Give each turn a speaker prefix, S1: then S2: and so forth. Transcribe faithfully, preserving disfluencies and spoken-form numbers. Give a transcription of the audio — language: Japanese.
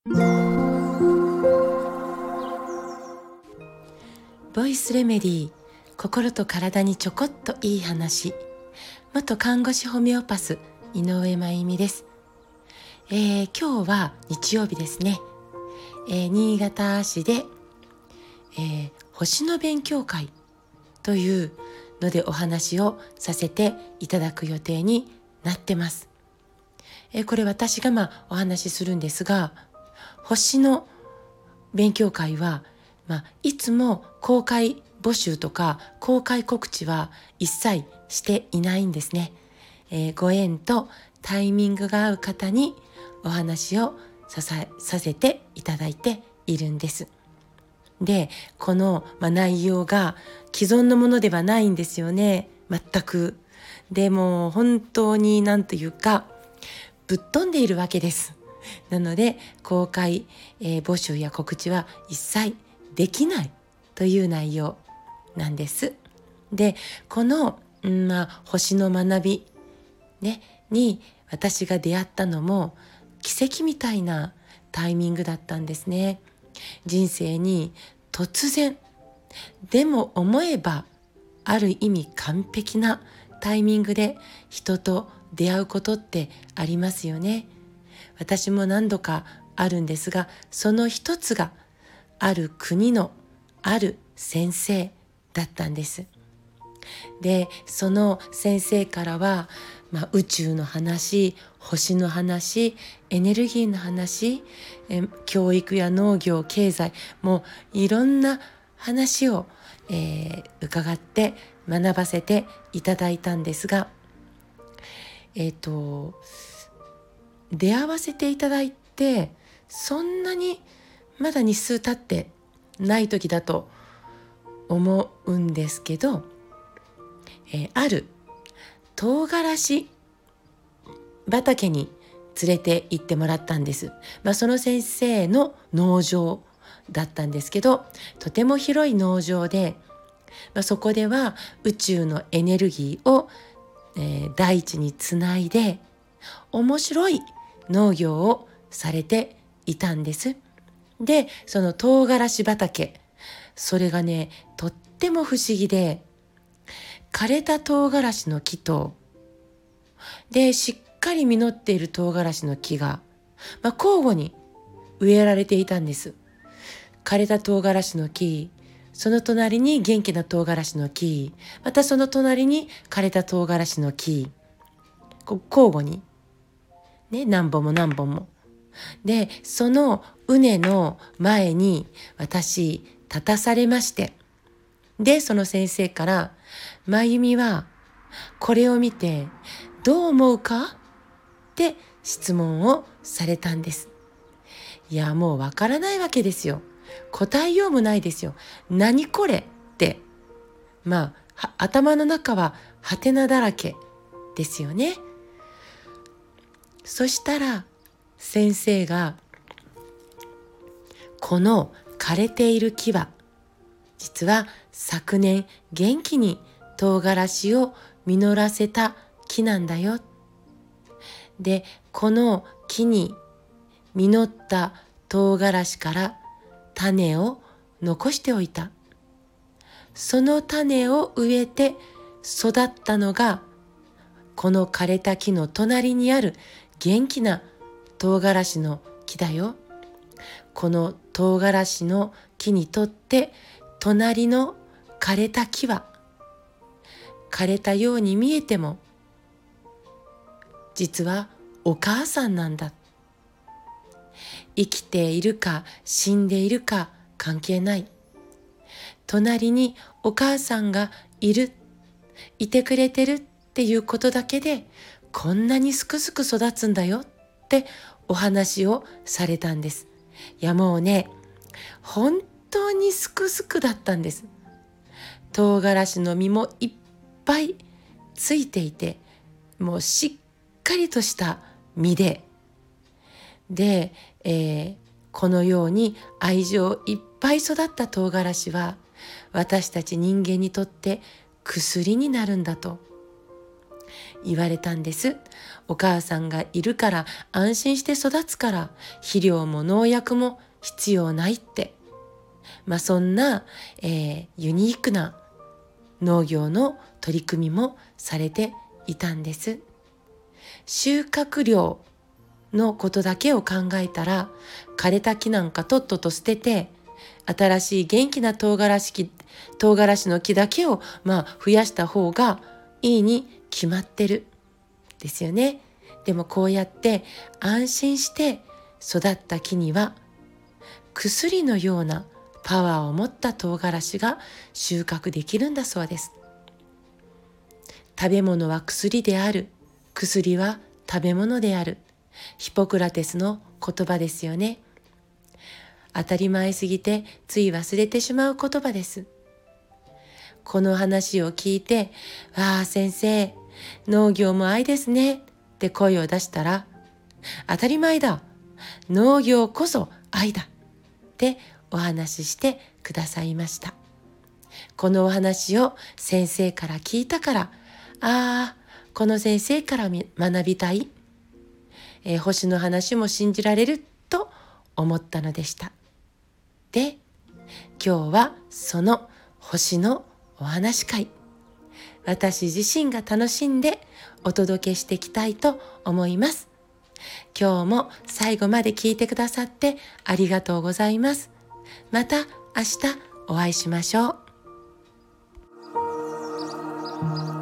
S1: ボイスレメディー、心と体にちょこっといい話。元看護師ホメオパス井上真由美です。えー、今日は日曜日ですね。えー、新潟市で、えー、星の勉強会というのでお話をさせていただく予定になってます。えー、これ私がまあお話しするんですが、星の勉強会は、まあ、いつも公開募集とか公開告知は一切していないんですね。えー、ご縁とタイミングが合う方にお話をささ、させていただいているんです。で、この、まあ、内容が既存のものではないんですよね。全く。でも本当になんというかぶっ飛んでいるわけです。なので公開、えー、募集や告知は一切できないという内容なんです。で、この、うんまあ、星の学び、ね、に私が出会ったのも奇跡みたいなタイミングだったんですね。人生に突然、でも思えばある意味完璧なタイミングで人と出会うことってありますよね。私も何度かあるんですが、その一つがある国のある先生だったんです。で、その先生からは、まあ、宇宙の話、星の話、エネルギーの話、え教育や農業、経済、もういろんな話を、えー、伺って学ばせていただいたんですが、えっと、出会わせていただいて、そんなにまだ日数経ってない時だと思うんですけど、えー、ある唐辛子畑に連れて行ってもらったんです。まあ、その先生の農場だったんですけど、とても広い農場で、まあ、そこでは宇宙のエネルギーを、えー、大地につないで面白い農業をされていたんです。で、その唐辛子畑、それがね、とっても不思議で、枯れた唐辛子の木と、で、しっかり実っている唐辛子の木が、まあ、交互に植えられていたんです。枯れた唐辛子の木、その隣に元気な唐辛子の木、またその隣に枯れた唐辛子の木、こう交互に、ね、何本も何本も。で、その畝の前に私立たされまして、で、その先生から、真由美はこれを見てどう思うかって質問をされたんです。いや、もうわからないわけですよ。答えようもないですよ。何これって。まあ、頭の中はハテナだらけですよね。そしたら先生が、この枯れている木は実は昨年元気に唐辛子を実らせた木なんだよ。で、この木に実った唐辛子から種を残しておいた。その種を植えて育ったのがこの枯れた木の隣にある元気な唐辛子の木だよ。この唐辛子の木にとって隣の枯れた木は枯れたように見えても実はお母さんなんだ。生きているか死んでいるか関係ない。隣にお母さんがいる、いてくれてるっていうことだけでこんなにすくすく育つんだよってお話をされたんです。いや、もうね、本当にすくすくだったんです。唐辛子の実もいっぱいついていて、もうしっかりとした実で、で、えー、このように愛情いっぱい育った唐辛子は私たち人間にとって薬になるんだと。 言われたんです。お母さんがいるから安心して育つから肥料も農薬も必要ないって。まあそんな、えー、ユニークな農業の取り組みもされていたんです。収穫量のことだけを考えたら枯れた木なんかとっとと捨てて新しい元気な唐辛子木唐辛子の木だけをまあ増やした方がいいに決まってるですよね。でもこうやって安心して育った木には薬のようなパワーを持った唐辛子が収穫できるんだそうです。食べ物は薬である、薬は食べ物である、ヒポクラテスの言葉ですよね。当たり前すぎてつい忘れてしまう言葉です。この話を聞いて、わあ先生、農業も愛ですねって声を出したら、当たり前だ、農業こそ愛だってお話ししてくださいました。このお話を先生から聞いたから、ああ、この先生から学びたい、えー、星の話も信じられると思ったのでした。で、今日はその星のお話会、私自身が楽しんでお届けしていきたいと思います。今日も最後まで聞いてくださってありがとうございます。また明日お会いしましょう。